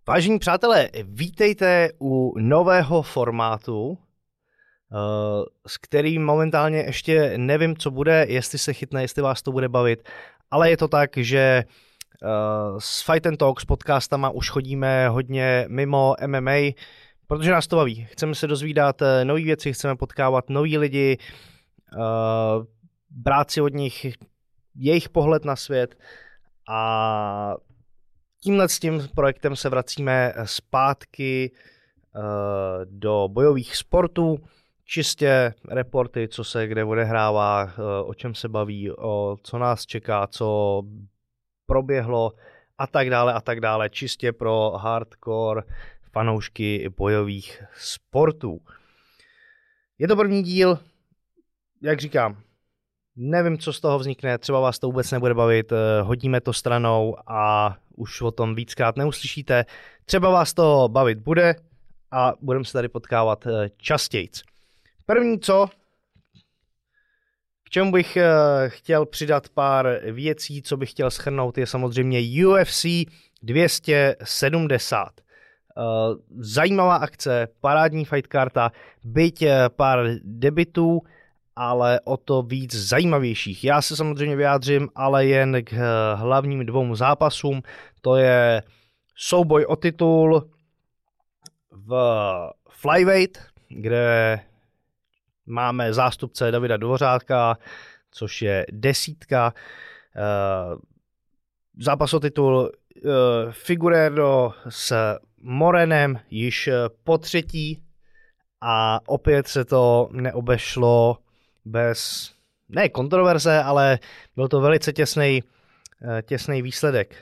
Vážení přátelé, vítejte u nového formátu, s kterým momentálně ještě nevím, co bude, jestli se chytne, jestli vás to bude bavit, ale je to tak, že s Fight and Talk, s podcastama už chodíme hodně mimo MMA, protože nás to baví. Chceme se dozvídat nové věci, chceme potkávat nový lidi, brát si od nich jejich pohled na svět a tímhle s tím projektem se vracíme zpátky do bojových sportů, čistě reporty, co se kde odehrává, o čem se baví, o co nás čeká, co proběhlo a tak dále, čistě pro hardcore fanoušky bojových sportů. Je to první díl, jak říkám, nevím, co z toho vznikne, třeba vás to vůbec nebude bavit, hodíme to stranou a už o tom víckrát neuslyšíte. Třeba vás to bavit bude a budeme se tady potkávat častějc. První k čemu bych chtěl přidat pár věcí, co bych chtěl shrnout, je samozřejmě UFC 270. Zajímavá akce, parádní fight karta, byť pár debutů, ale o to víc zajímavějších. Já se samozřejmě vyjádřím, ale jen k hlavním dvou zápasům. To je souboj o titul v flyweight, kde máme zástupce Davida Dvořáka, což je 10. Zápas o titul Figueiredo s Morenem již po třetí a opět se to neobešlo bez, ne kontroverze, ale byl to velice těsný výsledek.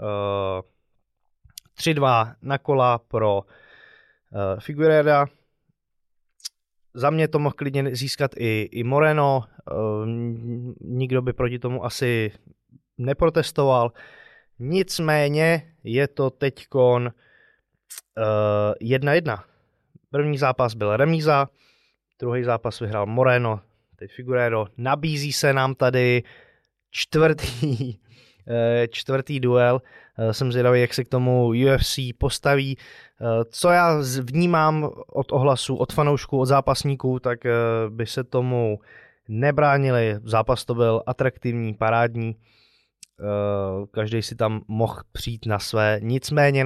3-2 na kola pro Figueireda. Za mě to mohl klidně získat i Moreno. Nikdo by proti tomu asi neprotestoval. Nicméně je to teďkon 1-1. První zápas byl remíza, druhý zápas vyhrál Moreno, teď Figueiredo. Nabízí se nám tady čtvrtý duel. Jsem zvědavý, jak se k tomu UFC postaví. Co já vnímám od ohlasů, od fanoušků, od zápasníků, tak by se tomu nebránili. Zápas to byl atraktivní, parádní. Každý si tam mohl přijít na své. Nicméně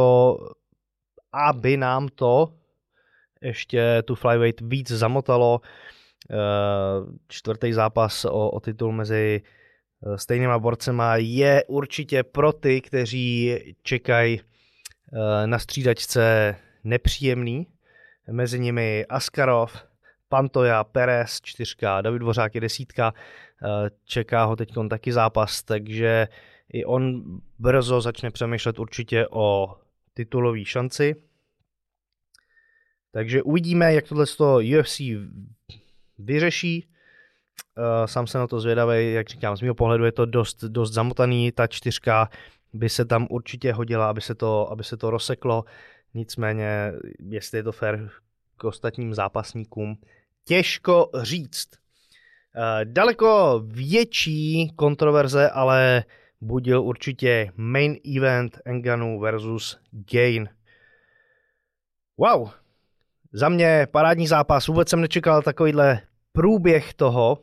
aby nám to ještě tu flyweight víc zamotalo. Čtvrtý zápas o titul mezi stejnýma borcema je určitě pro ty, kteří čekají na střídačce nepříjemný. Mezi nimi Askarov, Pantoja, Perez 4, David Dvořák je 10. Čeká ho teď taky zápas, takže i on brzo začne přemýšlet určitě o titulové šanci. Takže uvidíme, jak tohle UFC vyřeší. Sám jsem na to zvědavý, jak říkám, z mého pohledu je to dost zamotaný, ta 4 by se tam určitě hodila, aby se to rozseklo, nicméně, jestli je to fair k ostatním zápasníkům, těžko říct. Daleko větší kontroverze ale budil určitě main event Ngannou versus Gane. Wow, za mě parádní zápas, vůbec jsem nečekal takovýhle průběh toho,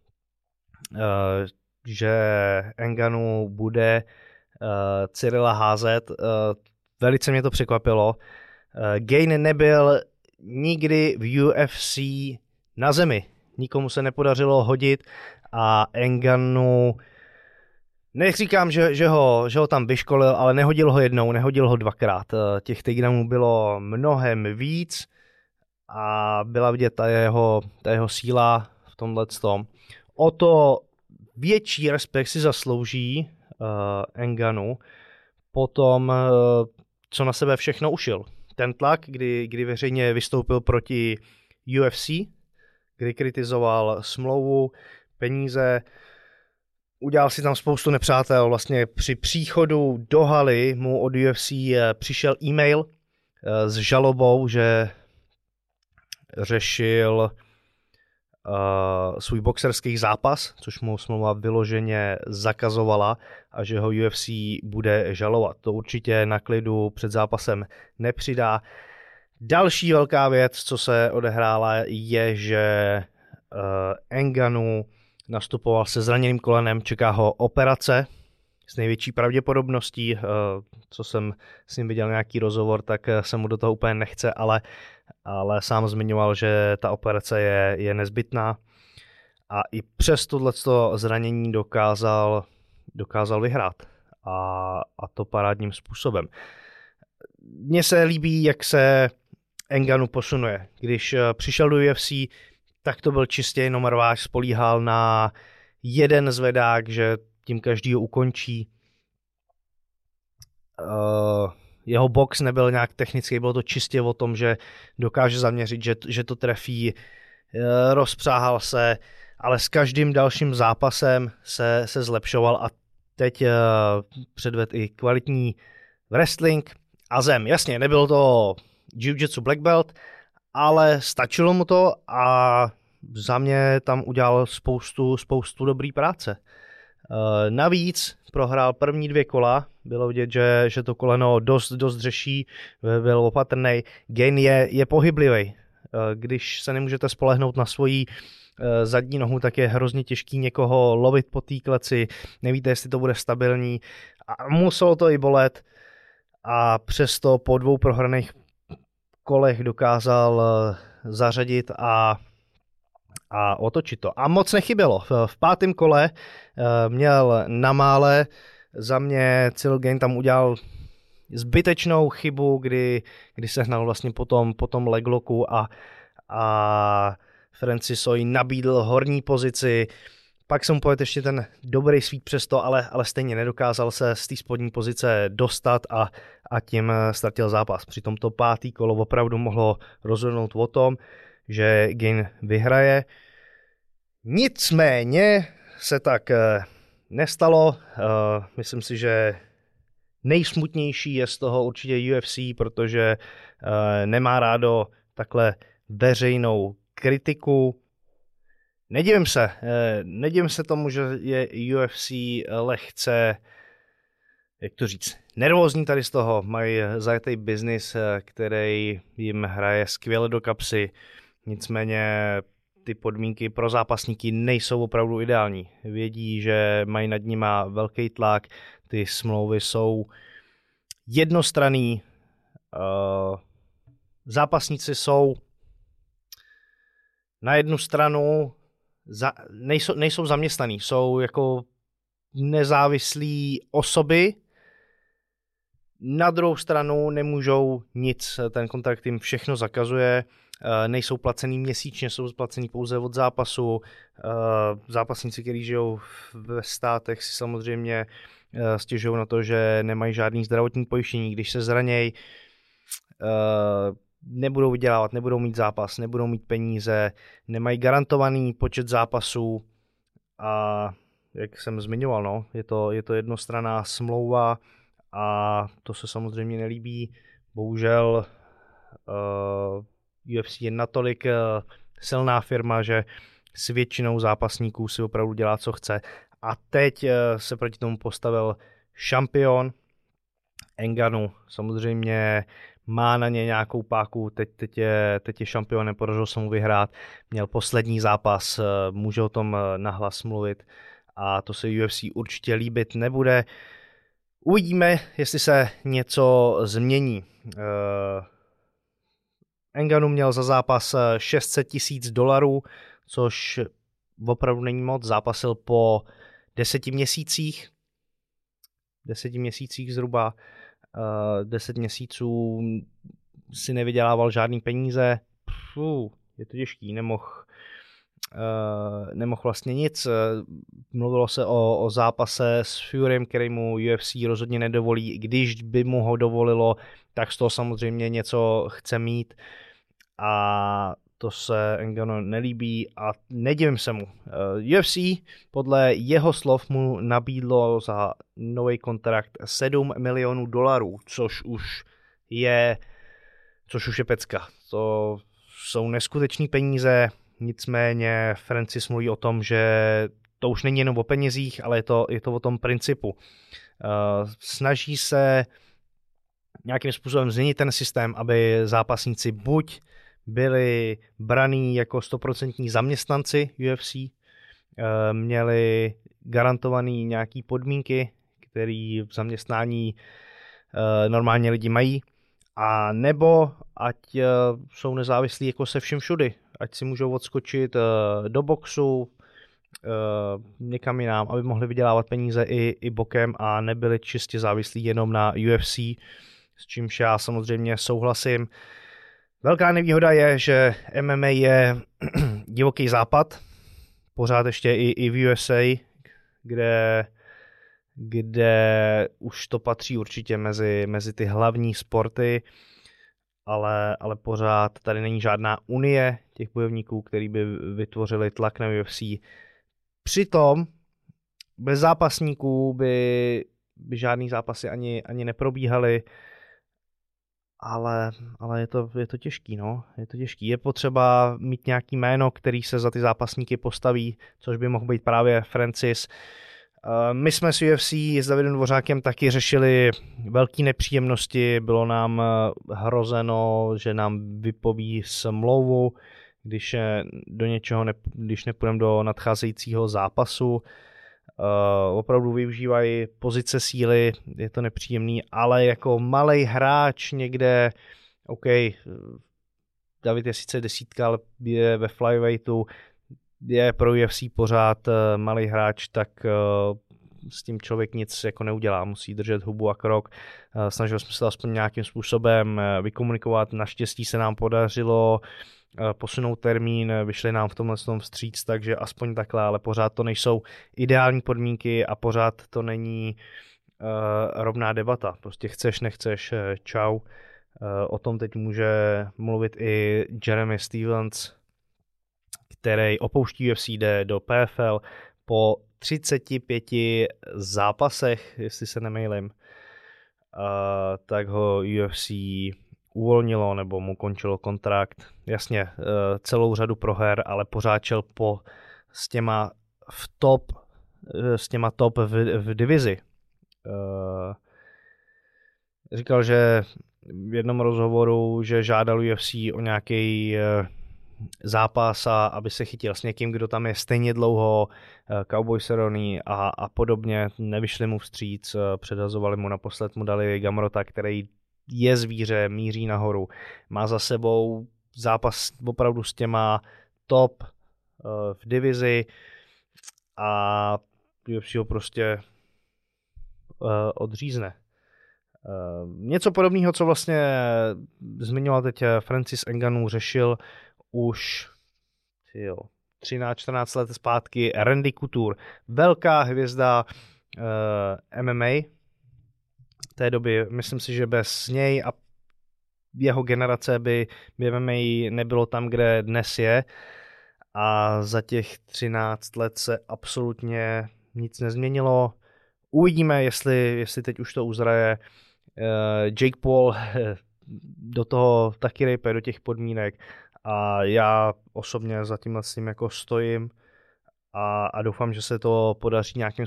že Ngannou bude Cyrila házet. Velice mě to překvapilo. Gane nebyl nikdy v UFC na zemi. Nikomu se nepodařilo hodit a Ngannou, neříkám, že ho tam vyškolil, ale nehodil ho jednou, nehodil ho dvakrát. Těch takedownů bylo mnohem víc a byla vidět ta jeho síla v tomhletom. O to větší respekt si zaslouží Ngannou po tom, co na sebe všechno ušil. Ten tlak, kdy veřejně vystoupil proti UFC, kdy kritizoval smlouvu, peníze, udělal si tam spoustu nepřátel. Vlastně při příchodu do haly mu od UFC přišel e-mail s žalobou, že řešil svůj boxerský zápas, což mu smlouva vyloženě zakazovala a že ho UFC bude žalovat. To určitě na klidu před zápasem nepřidá. Další velká věc, co se odehrála, je, že Ngannou nastupoval se zraněným kolenem, čeká ho operace s největší pravděpodobností. Co jsem s ním viděl nějaký rozhovor, tak se mu do toho úplně nechce, ale sám zmiňoval, že ta operace je nezbytná a i přes tohleto zranění dokázal vyhrát a to parádním způsobem. Mně se líbí, jak se Ngannou posunuje. Když přišel do UFC, tak to byl čistě jenom rváč, spolíhal na jeden zvedák, že tím každý ho ukončí. Jeho box nebyl nějak technický, bylo to čistě o tom, že dokáže zaměřit, že to trefí, rozpřáhal se, ale s každým dalším zápasem se zlepšoval a teď předvedl i kvalitní wrestling a zem. Jasně, nebylo to jiu-jitsu black belt, ale stačilo mu to a za mě tam udělal spoustu dobrý práce. Navíc prohrál první 2 kola, bylo vidět, že to koleno dost řeší, byl opatrný. Gane je pohyblivý. Když se nemůžete spolehnout na svoji zadní nohu, tak je hrozně těžký někoho lovit po té kleci, nevíte, jestli to bude stabilní a muselo to i bolet a přesto po 2 prohraných kolech dokázal zařadit a otočit to. A moc nechybělo. V 5. kole měl na mále, za mě Cyril Gane tam udělal zbytečnou chybu, kdy sehnal vlastně po tom leglocku a Francis Oi nabídl horní pozici, pak jsem povedl ještě ten dobrý svít přesto, ale stejně nedokázal se z té spodní pozice dostat a tím ztratil zápas. Přitom to 5. kolo opravdu mohlo rozhodnout o tom, že Gane vyhraje. Nicméně se tak nestalo. Myslím si, že nejsmutnější je z toho určitě UFC, protože nemá rádo takhle veřejnou kritiku. Nedivím se tomu, že je UFC lehce, jak to říct, nervózní tady z toho. Mají zajetý biznis, který jim hraje skvěle do kapsy. Nicméně ty podmínky pro zápasníky nejsou opravdu ideální. Vědí, že mají nad nima velký tlak, ty smlouvy jsou jednostranný, zápasníci jsou na jednu stranu nejsou zaměstnaný, jsou jako nezávislí osoby, na druhou stranu nemůžou nic, ten kontrakt jim všechno zakazuje, nejsou placený měsíčně, jsou placený pouze od zápasu. Zápasníci, kteří žijou ve státech, si samozřejmě stěžují na to, že nemají žádný zdravotní pojištění, když se zranějí, nebudou vydělávat, nebudou mít zápas, nebudou mít peníze, nemají garantovaný počet zápasů a jak jsem zmiňoval, no, je to jednostranná smlouva a to se samozřejmě nelíbí. Bohužel UFC je natolik silná firma, že s většinou zápasníků si opravdu dělá, co chce. A teď se proti tomu postavil šampion Ngannou. Samozřejmě má na ně nějakou páku, teď je šampion, nepodařilo se mu vyhrát, měl poslední zápas, může o tom nahlas mluvit a to se UFC určitě líbit nebude. Uvidíme, jestli se něco změní. Ngannou měl za zápas $600,000, což opravdu není moc, zápasil po 10 měsících. 10 měsících zhruba. 10 měsíců si nevydělával žádný peníze. Je to těžký, nemohl vlastně nic. Mluvilo se o zápase s Furym, který mu UFC rozhodně nedovolí. Když by mu ho dovolilo, tak z toho samozřejmě něco chce mít a to se Ngannou nelíbí a nedivím se mu. UFC podle jeho slov mu nabídlo za nový kontrakt $7 milionů, což už je pecka. To jsou neskutečné peníze. nicméně Francis mluví o tom, že to už není jenom o penězích, ale je to o tom principu. Snaží se nějakým způsobem změnit ten systém, aby zápasníci buď byli braní jako 100% zaměstnanci UFC, měli garantovaný nějaký podmínky, které v zaměstnání normálně lidi mají, a nebo ať jsou nezávislí jako se vším všudy, ať si můžou odskočit do boxu, někam jinam, aby mohli vydělávat peníze i bokem a nebyli čistě závislí jenom na UFC, s čímž já samozřejmě souhlasím. Velká nevýhoda je, že MMA je divoký západ, pořád ještě i v USA, kde už to patří určitě mezi ty hlavní sporty, ale pořád tady není žádná unie těch bojovníků, který by vytvořili tlak na UFC. Přitom bez zápasníků by žádný zápasy ani neprobíhaly, ale je to těžký, no. Je to těžký. Je potřeba mít nějaký jméno, který se za ty zápasníky postaví, což by mohl být právě Francis. My jsme s UFC s Davidem Dvořákem taky řešili velké nepříjemnosti, bylo nám hrozeno, že nám vypoví smlouvu, když nepůjdeme do nadcházejícího zápasu. Opravdu využívají pozice síly, je to nepříjemný, ale jako malej hráč někde, OK, David je sice desítka, ale je ve flyweightu, je pro UFC pořád malý hráč, tak s tím člověk nic jako neudělá, musí držet hubu a krok. Snažili jsme se aspoň nějakým způsobem vykomunikovat, naštěstí se nám podařilo posunout termín, vyšli nám v tomhle vstříc, takže aspoň takhle, ale pořád to nejsou ideální podmínky a pořád to není rovná debata. Prostě chceš, nechceš, čau. O tom teď může mluvit i Jeremy Stephens, který opouští UFC, jde do PFL po 35 zápasech, jestli se nemýlím, tak ho UFC uvolnilo nebo mu končilo kontrakt. Jasně, celou řadu proher, ale pořád šel s těma top v divizi. Říkal, že v jednom rozhovoru, že žádal UFC o nějaký zápas a aby se chytil s někým, kdo tam je stejně dlouho, Cowboy Cerrone a podobně, nevyšli mu vstříc, předhazovali mu, naposled mu dali Gamrota, který je zvíře, míří nahoru, má za sebou zápas opravdu s těma top v divizi a UFC ho prostě odřízne. Něco podobného, co vlastně zmiňoval teď Francis Ngannou, řešil už 13-14 let zpátky Randy Couture, velká hvězda MMA té doby. Myslím si, že bez něj a jeho generace by MMA nebylo tam, kde dnes je, a za těch 13 let se absolutně nic nezměnilo. Uvidíme, jestli teď už to uzraje. Jake Paul do toho taky rejpe, do těch podmínek, a já osobně za tímhle s tím jako stojím a doufám, že se to podaří nějakým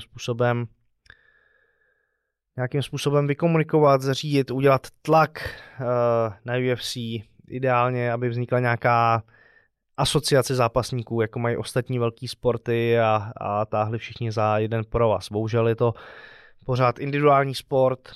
způsobem vykomunikovat, zařídit, udělat tlak na UFC, ideálně, aby vznikla nějaká asociace zápasníků, jako mají ostatní velký sporty a táhli všichni za jeden provaz. Bohužel je to pořád individuální sport,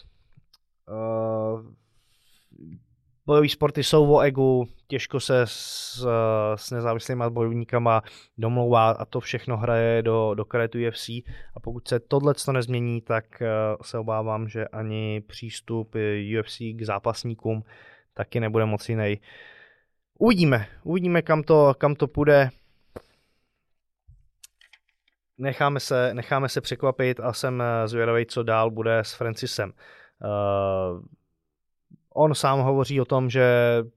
bojový sporty jsou o egu, těžko se s nezávislýma bojovníkama domlouvá a to všechno hraje do karet UFC, a pokud se tohleto nezmění, tak se obávám, že ani přístup UFC k zápasníkům taky nebude moc jiný. Uvidíme kam to půjde. Necháme se překvapit a jsem zvědavý, co dál bude s Francisem. On sám hovoří o tom, že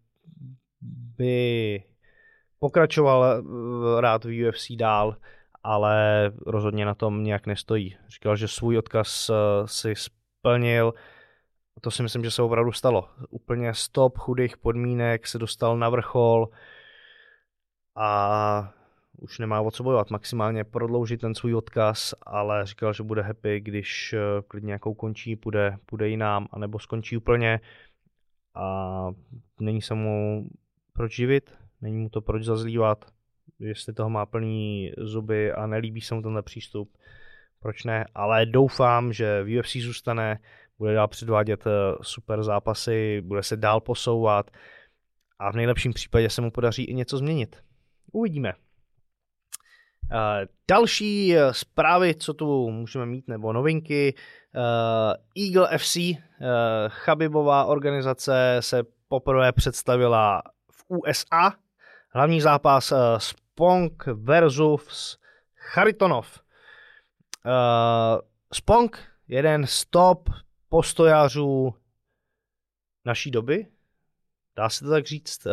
by pokračoval rád v UFC dál, ale rozhodně na tom nějak nestojí. Říkal, že svůj odkaz si splnil. To si myslím, že se opravdu stalo. Úplně stop chudých podmínek, se dostal na vrchol a už nemá o co bojovat, maximálně prodloužit ten svůj odkaz, ale říkal, že bude happy, když klidně nějakou končí, půjde jinam, anebo skončí úplně a není se mu proč živit, není mu to proč zazlívat, jestli toho má plný zuby a nelíbí se mu tenhle přístup, proč ne, ale doufám, že v UFC zůstane, bude dál předvádět super zápasy, bude se dál posouvat a v nejlepším případě se mu podaří i něco změnit. Uvidíme. Další zprávy, co tu můžeme mít, nebo novinky. Eagle FC, Khabibová organizace, se poprvé představila v USA. Hlavní zápas Spong versus Charitonov. Spong, jeden z top postojářů naší doby, dá se to tak říct,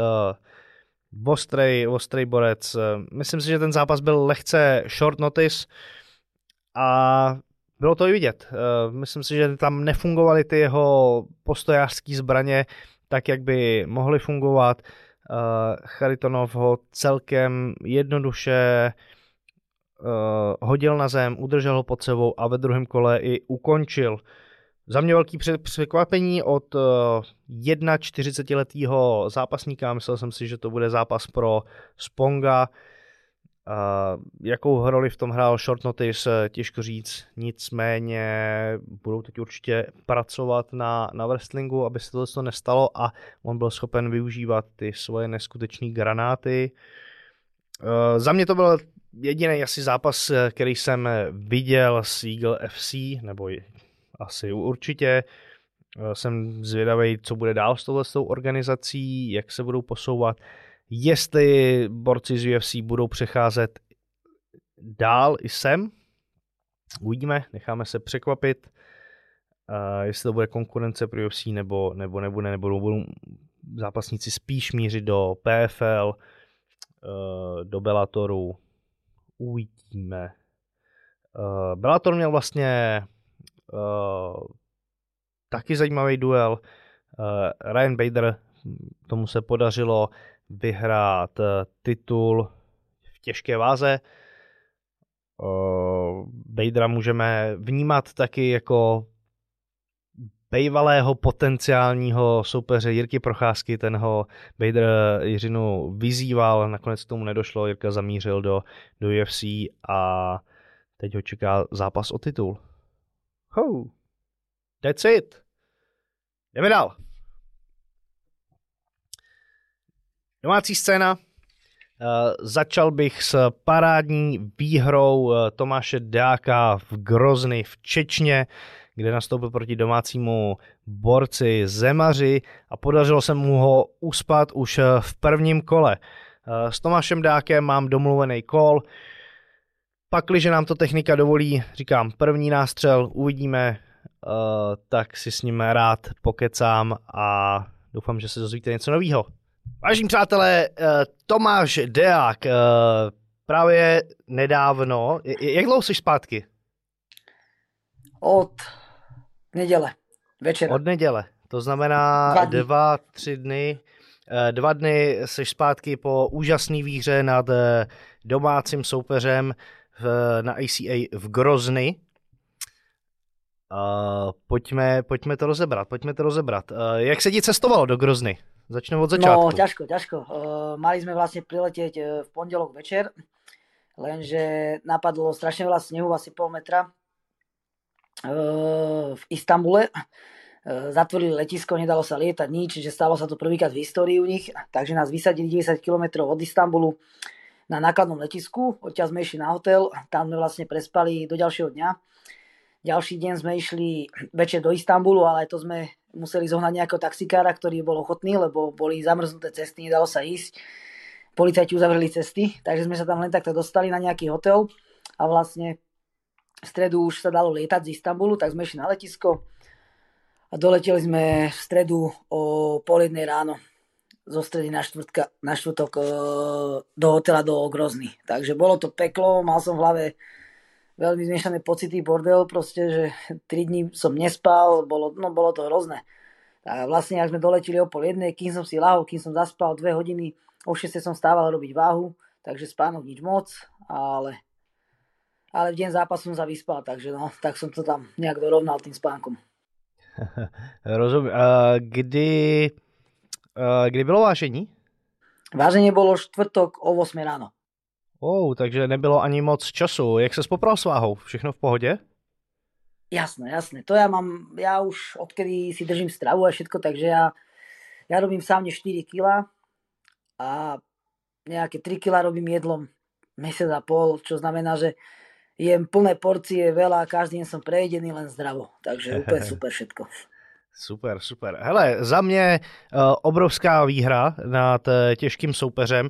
ostrý borec. Myslím si, že ten zápas byl lehce short notice a bylo to i vidět. Myslím si, že tam nefungovaly ty jeho postojářské zbraně tak, jak by mohly fungovat. Charitonov ho celkem jednoduše hodil na zem, udržel ho pod sebou a ve druhém kole i ukončil. Za mě velký překvapení od 41letého zápasníka. Myslel jsem si, že to bude zápas pro Sponga. Jakou roli v tom hrál short notice, těžko říct. Nicméně budou teď určitě pracovat na wrestlingu, aby se to nestalo a on byl schopen využívat ty svoje neskutečné granáty. Za mě to byl jediný asi zápas, který jsem viděl s Eagle FC, nebo asi určitě. Jsem zvědavý, co bude dál s touhletou organizací, jak se budou posouvat, jestli borci z UFC budou přecházet dál i sem. Uvidíme, necháme se překvapit, jestli to bude konkurence pro UFC nebo nebude, nebo budou zápasníci spíš mířit do PFL, do Bellatoru. Uvidíme. Bellator měl vlastně taky zajímavý duel. Ryan Bader, tomu se podařilo vyhrát titul v těžké váze. Badera můžeme vnímat taky jako bývalého potenciálního soupeře Jirky Procházky, ten ho Bader Jiřinu vyzýval, nakonec k tomu nedošlo, Jirka zamířil do UFC a teď ho čeká zápas o titul. That's it. Jdeme dál. Domácí scéna. Začal bych s parádní výhrou Tomáše Deáka v Grozny v Čečně, kde nastoupil proti domácímu borci Zemaři a podařilo se mu ho uspat už v prvním kole. S Tomášem Deákem mám domluvený call. Pakliže nám to technika dovolí, říkám první nástřel, uvidíme, tak si s ním rád pokecám a doufám, že se dozvíte něco nového. Vážení přátelé, Tomáš Deák právě nedávno, jak dlouho jsi zpátky? Od neděle, večera. Od neděle, to znamená 2-3 dny. 2 dny jsi zpátky po úžasné výhře nad domácím soupeřem na ACA v Grozny. Pojďme to rozebrat. Jak se ti cestovalo do Grozny? Začneme od začátku. No, ťažko. Mali sme vlastne priletieť v pondelok večer, lenže napadlo strašne veľa snehu, asi pol metra v Istanbule. Zatvorili letisko, nedalo sa lietať nič, že stalo sa to prvýkrát v histórii u nich, takže nás vysadili 90 km od Istanbulu na nákladnom letisku, odtiaľ sme išli na hotel, tam sme vlastne prespali do ďalšieho dňa. Ďalší deň sme išli večer do Istanbulu, ale aj to sme museli zohnať nejakého taxikára, ktorý bol ochotný, lebo boli zamrznuté cesty, nedalo sa ísť. Policajti uzavreli cesty, takže sme sa tam len takto dostali na nejaký hotel a vlastne v stredu už sa dalo lietať z Istanbulu, tak sme išli na letisko a doleteli sme v stredu o 12:30 ráno zo stredy na štvrtok do hotela do Grozny. Takže bolo to peklo, mal som v hlave veľmi zmiešané pocity, bordel, proste, že 3 dní som nespal, bolo to hrozné. A vlastne, ak sme doleteli o 12:30, kým som si lahol, kým som zaspal 2 hodiny, o 6 som stával robiť váhu, takže spánok nič moc, ale v deň zápasu som sa vyspal, takže no, tak som to tam nejak dorovnal tým spánkom. Rozumím. Kdy bylo vážení? Váženie bolo štvrtok o 8 ráno. Takže nebylo ani moc času. Jak se popral s váhou? Všechno v pohodě? Jasné. To ja už odkedy si držím stravu a všetko, takže ja robím sám 4 kg a nejaké 3 kg robím jedlom mesiac a pol, čo znamená, že jem plné porcie, veľa, každý deň som prejedený, len zdravo. Takže úplne super všetko. Super. Hele, za mě obrovská výhra nad těžkým soupeřem.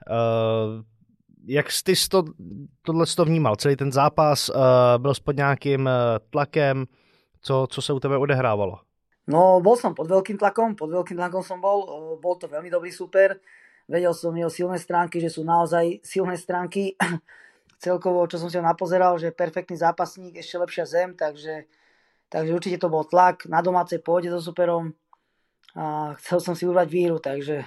Jak jsi tohle vnímal? Celý ten zápas byl pod nějakým tlakem? Co se u tebe odehrávalo? No, bol som pod veľkým tlakom som bol to veľmi dobrý super. Vedel som jeho silné stránky, že sú naozaj silné stránky. Celkovo, čo som si ho napozeral, že perfektný zápasník, ešte lepšia zem, takže určite to bol tlak na domácej pôde so superom a chcel som si ubrať výhru, takže...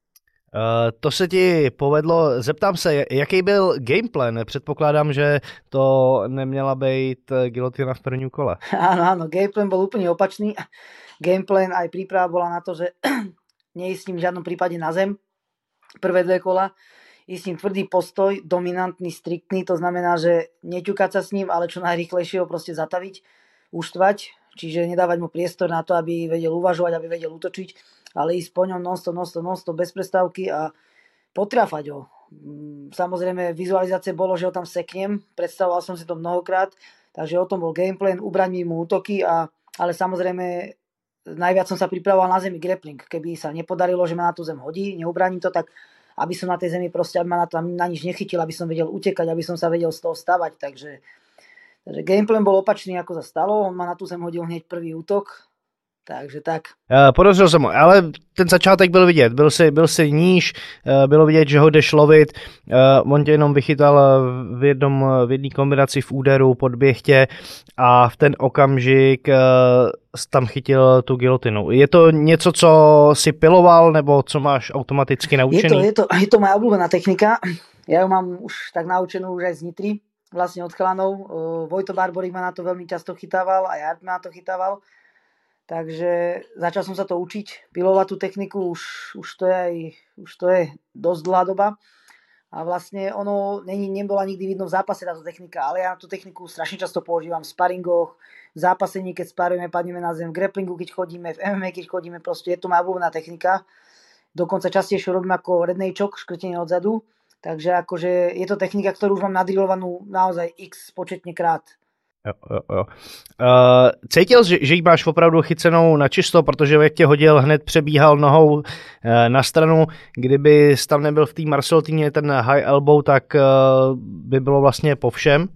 To se ti povedlo. Zeptám se, jaký byl gameplan? Předpokládám, že to neměla být gilotina v prvním kole. Áno, gameplan bol úplne opačný. Gameplan aj príprava bola na to, že neísť s ním v žiadnom prípade na zem. Prvé 2 kola. Ísť s ním tvrdý postoj, dominantný, striktný, to znamená, že neťukať sa s ním, ale čo najrýchlejšie ho proste zataviť, uštvať, čiže nedávať mu priestor na to, aby vedel uvažovať, aby vedel útočiť, ale ísť po ňom non-stop, bez prestávky a potrafať ho. Samozrejme, vizualizácie bolo, že ho tam seknem, predstavoval som si to mnohokrát, takže o tom bol gameplan, ubrať mi mu útoky, ale samozrejme najviac som sa pripravoval na zemi grappling. Keby sa nepodarilo, že ma na tú zem hodí, neubraním to, tak aby som na tej zemi proste, aby ma na nič nechytil, aby som vedel utekať, aby som sa vedel z toho stavať, takže gameplan bol opačný, ako sa stalo, on ma na tú zem hodil hneď prvý útok, takže tak. Podezřel jsem, ale ten začátek byl vidět, byl si níž, bylo vidět, že ho jdeš lovit, on tě jenom vychytal v jedné kombinaci v úderu, podběh tě a v ten okamžik tam chytil tu gilotinu. Je to něco, co si piloval, nebo co máš automaticky naučený? Je to moja obľúbená technika, ja ju mám už tak naučenú už aj z Nitry, vlastne od chalanov. Vojto Barborík ma na to veľmi často chytával, aj Art ma na to chytával. Takže začal som sa to učiť, pilovať tú techniku, už to je dosť dlhá doba. A vlastne ono nebola nikdy vidno v zápase táto technika, ale ja tú techniku strašne často používam v sparingoch, v zápasení, keď sparujeme, padneme na zem, v grapplingu, keď chodíme, v MMA, keď chodíme, proste je to moja obľúbená technika. Dokonca častejšie robím ako rednej čok, škrtenie odzadu. Takže akože je to technika, ktorú už mám nadrilovanú naozaj x početne krát. Jo. Cítil, že ji máš opravdu chycenou na čisto, protože jak tě hodil, hned přebíhal nohou na stranu. Kdyby tam nebyl v té Marceltině ten high elbow, tak by bylo vlastně po všem?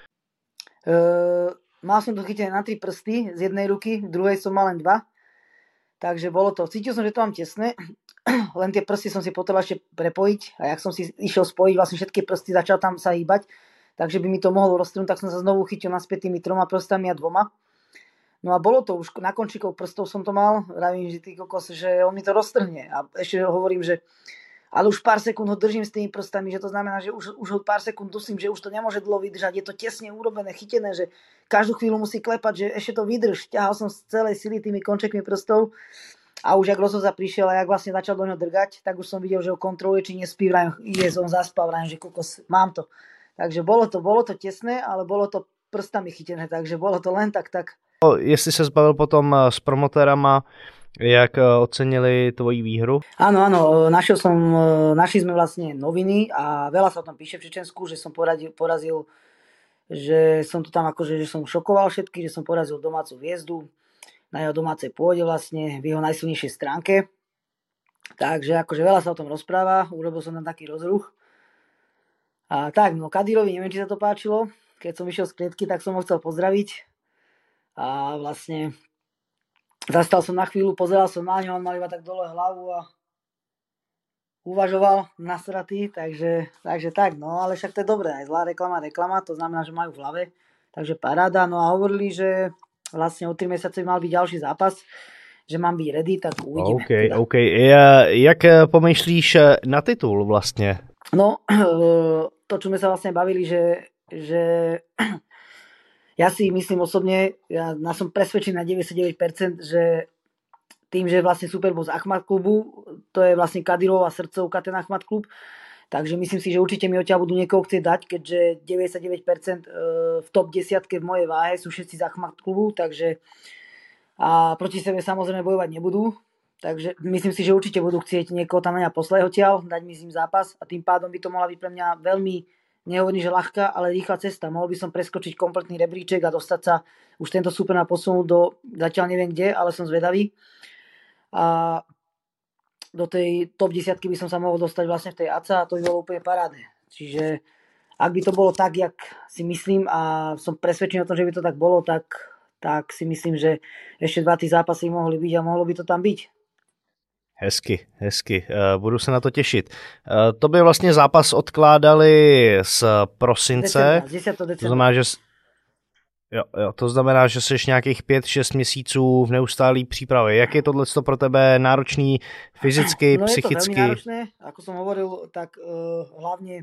Mal som to chytené na 3 prsty z jednej ruky, v druhej som mal len 2. Takže bolo to. Cítil som, že to mám tesné, len tie prsty som si potreboval ešte prepojiť a jak som si išiel spojiť vlastne všetky prsty, začal tam sa hýbať, takže by mi to mohlo roztrhnúť, tak som sa znovu chytil naspäť tými 3 prstami a 2. No a bolo to už, na končíkov prstov som to mal, vravím, že ty kokos, že on mi to roztrhne a ešte hovorím, že ale už pár sekúnd ho držím s tými prstami, že to znamená, že už ho pár sekúnd dusím, že už to nemôže dlho vydržať, je to tesne urobené, chytené, že každú chvíľu musí klepať, že ešte to vydrž, ťahal som z celej sily tými končekmi prstov a už jak rozhodca prišiel a jak vlastne začal do ňoho drgať, tak už som videl, že ho kontroluje, či nespí, on zaspal, že kokos, mám to. Takže bolo to tesné, ale bolo to prstami chytené, takže bolo to len tak. Jestli se zbavil potom s promotérama, jak ocenili tvoji výhru? Áno, našli sme vlastne noviny a veľa sa o tom píše v Čečensku, že som porazil, že som to tam akože, že som šokoval všetky, že som porazil domácu hviezdu na jeho domácej pôde vlastne, v jeho najsilnejšej stránke. Takže akože veľa sa o tom rozpráva, urobil som tam taký rozruch. A tak, no Kadírovi, neviem, či sa to páčilo, keď som išiel z klietky, tak som ho chcel pozdraviť a vlastne zastal som na chvíľu, pozeral som na ňo, on mal iba tak dole hlavu a uvažoval nasratý, takže tak, no ale však to je dobré, aj zlá reklama, to znamená, že majú v hlave, takže paráda, no a hovorili, že vlastne o 3 mesiace mal byť ďalší zápas, že mám byť ready, tak uvidíme. OK. Jak pomýšlíš na titul vlastně? No, to, čo sme sa vlastne bavili, že ja si myslím osobne, ja som presvedčený na 99%, že tým, že vlastne Superbowl z Achmat klubu, to je vlastne Kadyrová srdcovka, ten Achmat klub, takže myslím si, že určite mi odtiaľ budú niekoho chcieť dať, keďže 99% v top 10 v mojej váhe sú všetci z Achmat klubu, takže a proti sebe samozrejme bojovať nebudú, takže myslím si, že určite budú chcieť niekoho tam na mňa poslať odtiaľ, dať mi s ním zápas a tým pádom by to mohla byť pre mňa veľmi, nehovorím, že ľahká, ale rýchla cesta. Mohol by som preskočiť kompletný rebríček a dostať sa už tento super na posunúť do, zatiaľ neviem kde, ale som zvedavý. A do tej top 10 by som sa mohol dostať vlastne v tej ACA a to by bolo úplne parádne. Čiže ak by to bolo tak, jak si myslím a som presvedčený o tom, že by to tak bolo, tak si myslím, že ešte 2 tí zápasy mohli byť a mohlo by to tam byť. Hezky. Budu se na to těšit. To by vlastně zápas odkládali z prosince. Z 10. decembra. To znamená, že to znamená, že jsi nějakých 5-6 měsíců v neustálý přípravě. Jak je tohle pro tebe náročný fyzicky, psychicky? Je to veľmi náročné, ako som hovoril, tak hlavne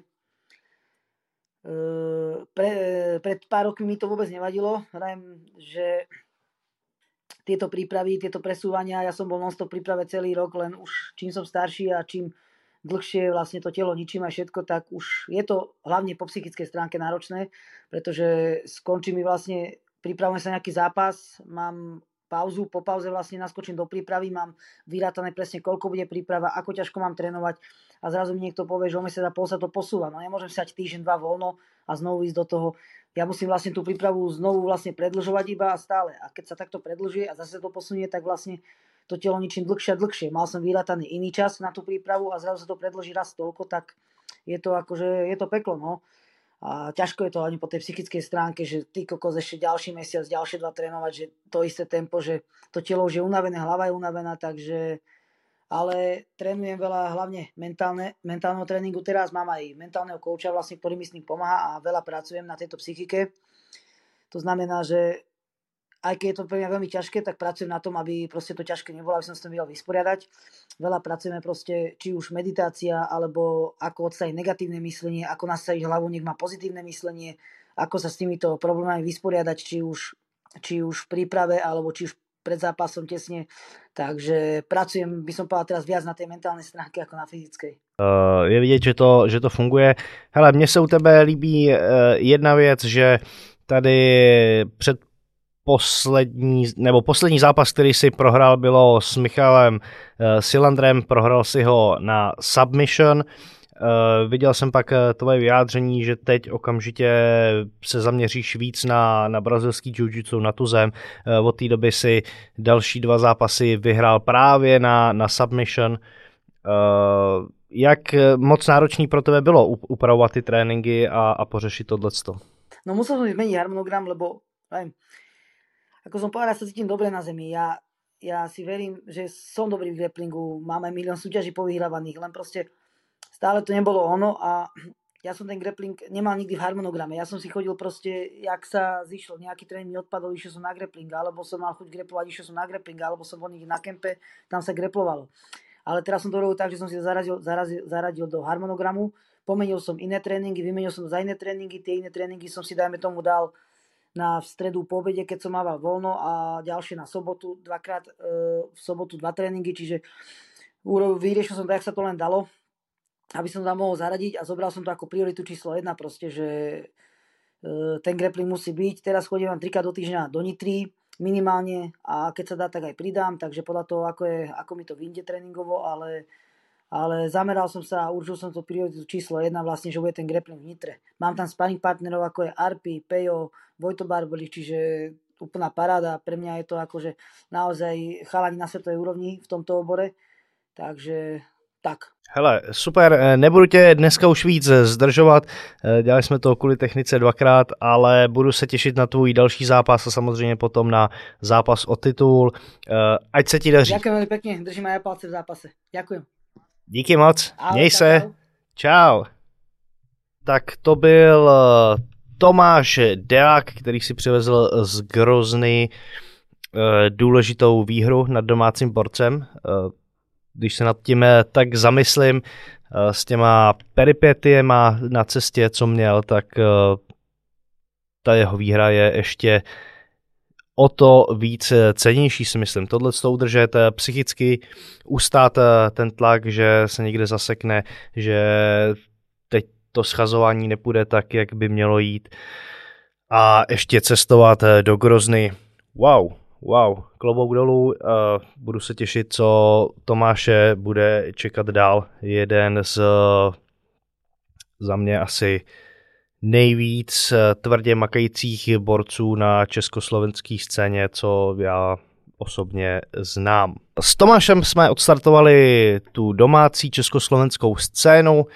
pred pár rokmi mi to vôbec nevadilo. Hrajem, že tieto prípravy, tieto presúvania, ja som bol non-stop príprave celý rok, len už čím som starší a čím dlhšie vlastne to telo ničím a všetko, tak už je to hlavne po psychickej stránke náročné, pretože skončí mi vlastne, pripravujem sa nejaký zápas, mám pauzu, po pauze vlastne naskočím do prípravy, mám vyrátané presne koľko bude príprava, ako ťažko mám trénovať a zrazu mi niekto povie, že o mesiac a pol sa to posúva. No nemôžem si dať týždeň, 2 voľno a znovu ísť do toho. Ja musím vlastne tú prípravu znovu vlastne predĺžovať iba a stále. A keď sa takto predĺžuje a zase to posunie, tak vlastne to telo ničím dlhšie a dlhšie. Mal som vyrátaný iný čas na tú prípravu a zrazu sa to predĺží raz toľko, tak je to akože, je to peklo, no. A ťažko je to ani po tej psychickej stránke, že ty kokos ešte ďalší mesiac, ďalšie 2 trénovať, že to isté tempo, že to telo už je unavené, hlava je unavená, takže ale trénujem veľa, hlavne mentálneho tréningu. Teraz mám aj mentálneho kouča, vlastne, ktorý mi s tým pomáha a veľa pracujem na tejto psychike. To znamená, že aj keď je to pre mňa veľmi ťažké, tak pracujem na tom, aby proste to ťažké nebolo, aby som s tým vedel vysporiadať. Veľa pracujeme proste, či už meditácia, alebo ako odstaviť negatívne myslenie, ako nastaviť hlavu, nech má pozitívne myslenie, ako sa s týmito problémami vysporiadať, či už v príprave, alebo či už pred zápasom tesne. Takže pracujem, by som povedal teraz viac na tej mentálnej stránke ako na fyzickej. Je vidět, že to funguje. Hele, mně se u tebe líbí jedna věc, že tady poslední zápas, který si prohrál, bylo s Michalem Silandrem, prohrál si ho na submission. Viděl jsem pak tvoje vyjádření, že teď okamžitě se zaměříš víc na brazilský jiu-jitsu, na tu zem. Od té doby si další 2 zápasy vyhrál právě na submission. Jak moc náročný pro tebe bylo upravovat ty tréninky a pořešit tohleto? No musel som zmeniť harmonogram, lebo ako som povedal, ja sa cítim dobre na zemi. Ja si verím, že som dobrý v grapplingu, mám aj milión súťaží povyhrávaných, len proste stále to nebolo ono a ja som ten grappling nemal nikdy v harmonograme. Ja som si chodil proste, jak sa zišlo, nejaký tréning mi odpadol, išiel som na grappling, alebo som mal chuť grapplovať, išiel som na grappling, alebo som bol niekde na kempe, tam sa grapplovalo. Ale teraz som to robil tak, že som si zaradil do harmonogramu, pomenil som iné tréningy, vymenil som za iné tréningy, tie iné tréningy som si, dajme tomu, dal na v stredu po obede, keď som mával voľno a ďalšie na sobotu, dvakrát v sobotu 2 tréningy, čiže vyriešil som to, jak sa to len dalo, aby som tam mohol zaradiť a zobral som to ako prioritu číslo 1 proste, že ten grappling musí byť. Teraz chodím 3-krát do týždňa do Nitry minimálne a keď sa dá, tak aj pridám, takže podľa toho, ako mi to vyjde tréningovo, ale zameral som sa a určil som to prioritu číslo 1 vlastne, že bude ten grappling v Nitre. Mám tam sparring partnerov ako je Arpi, Pejo, Vojto Barbeli, čiže úplná paráda. Pre mňa je to akože naozaj chalani na svetovej úrovni v tomto obore, takže tak. Hele, super, nebudu tě dneska už víc zdržovat, dělali jsme to kvůli technice 2krát, ale budu se těšit na tvůj další zápas a samozřejmě potom na zápas o titul. Ať se ti daří. Ďakujem veľmi pekne, držím aj palce v zápase. Ďakujem. Díky moc, měj se. Čau. Tak to byl Tomáš Deák, který si přivezl z Grozny důležitou výhru nad domácím borcem. Když se nad tím tak zamyslím, s těma peripetiema na cestě, co měl, tak ta jeho výhra je ještě o to víc cennější, si myslím. Tohle to udržet psychicky, ustát ten tlak, že se někde zasekne, že teď to schazování nepůjde tak, jak by mělo jít a ještě cestovat do Grozny. Wow, klobouk dolů, budu se těšit, co Tomáše bude čekat dál. Jeden z za mě asi nejvíc tvrdě makajících borců na československé scéně, co já osobně znám. S Tomášem jsme odstartovali tu domácí československou scénu.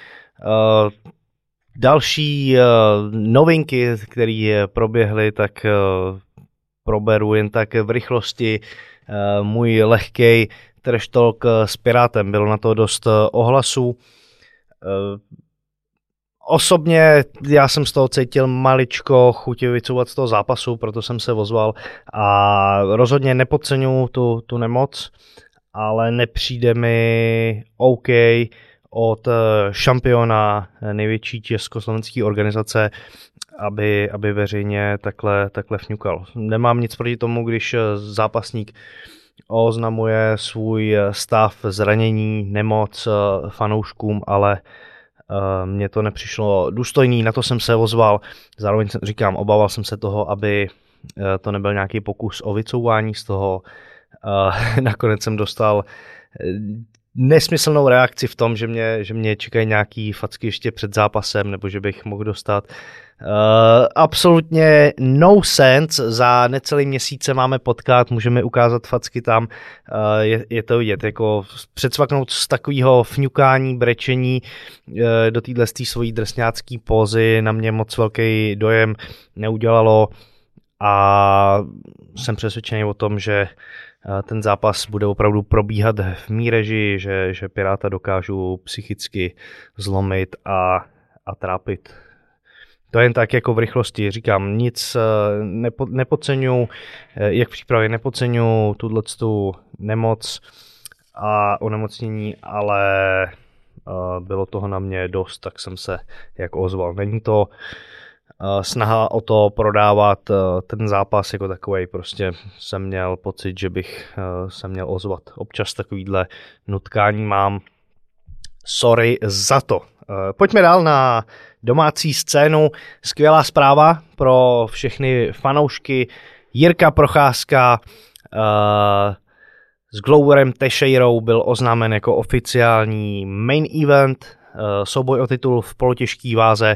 Další novinky, které proběhly, tak proberu jen tak v rychlosti. Můj lehkej trash talk s Pirátem, bylo na to dost ohlasů. Osobně já jsem z toho cítil maličko chuť vycouvat z toho zápasu, proto jsem se ozval a rozhodně nepodceňuji tu nemoc, ale nepřijde mi OK od šampiona největší československé organizace, aby veřejně takhle fňukal. Nemám nic proti tomu, když zápasník oznamuje svůj stav, zranění, nemoc fanouškům, ale mně to nepřišlo důstojný, na to jsem se ozval. Zároveň říkám, obával jsem se toho, aby to nebyl nějaký pokus o vycouvání z toho. Nakonec jsem dostal nesmyslnou reakci v tom, že mě čekají nějaký facky ještě před zápasem, nebo že bych mohl dostat. Absolutně no sense, za necelý měsíce máme potkat, můžeme ukázat facky tam, je to vidět, jako předsvaknout z takového fňukání, brečení do téhle svojí drsňácký pózy na mě moc velký dojem neudělalo a jsem přesvědčený o tom, že ten zápas bude opravdu probíhat v mý režii, že Piráta dokážu psychicky zlomit a trápit. To jen tak jako v rychlosti, říkám, nic nepodceňuji, jak v přípravě nepodceňuji tuto nemoc a onemocnění, ale bylo toho na mě dost, tak jsem se jako ozval. Není to snaha o to prodávat ten zápas jako takovej, prostě jsem měl pocit, že bych se měl ozvat. Občas takovýhle nutkání mám, sorry za to. Pojďme dál na domácí scénu. Skvělá zpráva pro všechny fanoušky. Jirka Procházka s Gloverem Teixeirou byl oznámen jako oficiální main event, souboj o titul v polotěžké váze.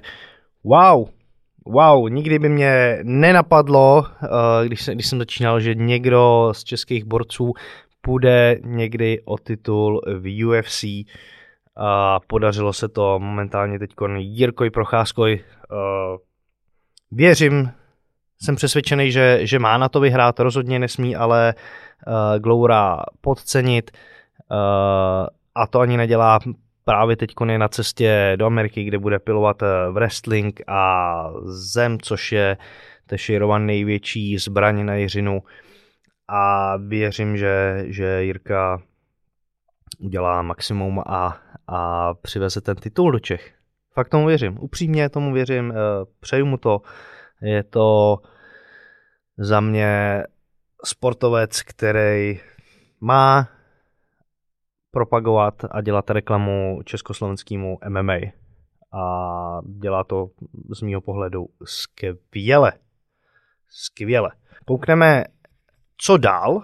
Wow, nikdy by mě nenapadlo, když jsem začínal, že někdo z českých borců půjde někdy o titul v UFC. A podařilo se to momentálně teď Jirkoj Procházkoj. Věřím, jsem přesvědčený, že má na to vyhrát, rozhodně nesmí ale Glowera podcenit a to ani nedělá. Právě teď je na cestě do Ameriky, kde bude pilovat wrestling a zem, což je Teixeirova největší zbraň na Jiřinu. A věřím, že Jirka udělá maximum a přiveze ten titul do Čech. Fakt tomu věřím, upřímně tomu věřím, přeju mu to. Je to za mě sportovec, který má propagovat a dělat reklamu československému MMA. A dělá to z mýho pohledu skvěle. Koukneme, co dál.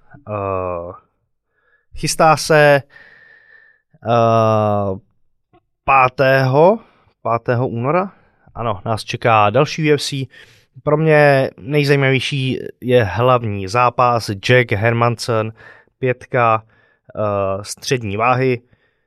Chystá se 5. února. Ano, nás čeká další UFC. Pro mě nejzajímavější je hlavní zápas Jack Hermansson, 5 střední váhy.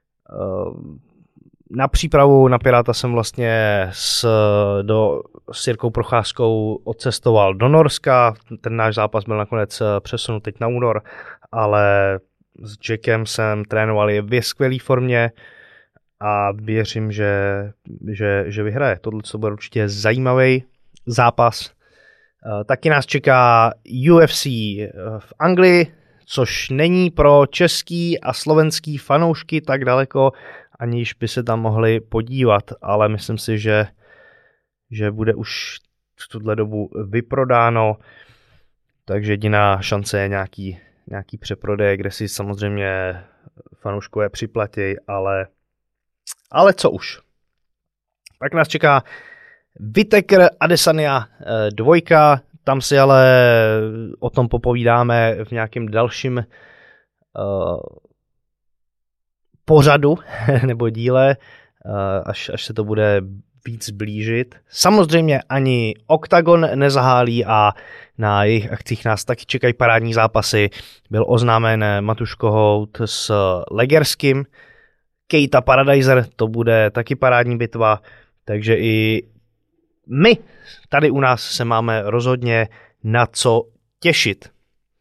Na přípravu na Piráta jsem vlastně s Jirkou Procházkou odcestoval do Norska. Ten náš zápas byl nakonec přesunut teď na únor, ale s Jackem jsem trénoval, je v skvělé formě a věřím, že vyhraje. Tohle bude určitě zajímavý zápas. Taky nás čeká UFC v Anglii, což není pro český a slovenský fanoušky tak daleko, aniž by se tam mohli podívat, ale myslím si, že bude už v tuhle dobu vyprodáno, takže jediná šance je nějaký přeprodej, kde si samozřejmě fanouškové připlatí, ale co už. Pak nás čeká Whittaker Adesanya 2, tam si ale o tom popovídáme v nějakém dalším pořadu nebo díle, až se to bude víc blížit. Samozřejmě ani Octagon nezahálí a na jejich akcích nás taky čekají parádní zápasy. Byl oznámen Matuš Kohout s Legerským, Keita Paradiser, to bude taky parádní bitva, takže i my tady u nás se máme rozhodně na co těšit.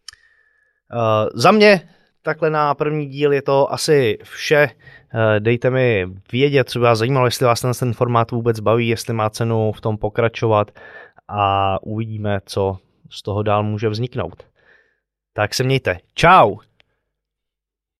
Za mě takhle na první díl je to asi vše. Dejte mi vědět, co by vás zajímalo, jestli vás ten formát vůbec baví, jestli má cenu v tom pokračovat a uvidíme, co z toho dál může vzniknout. Tak se mějte. Čau!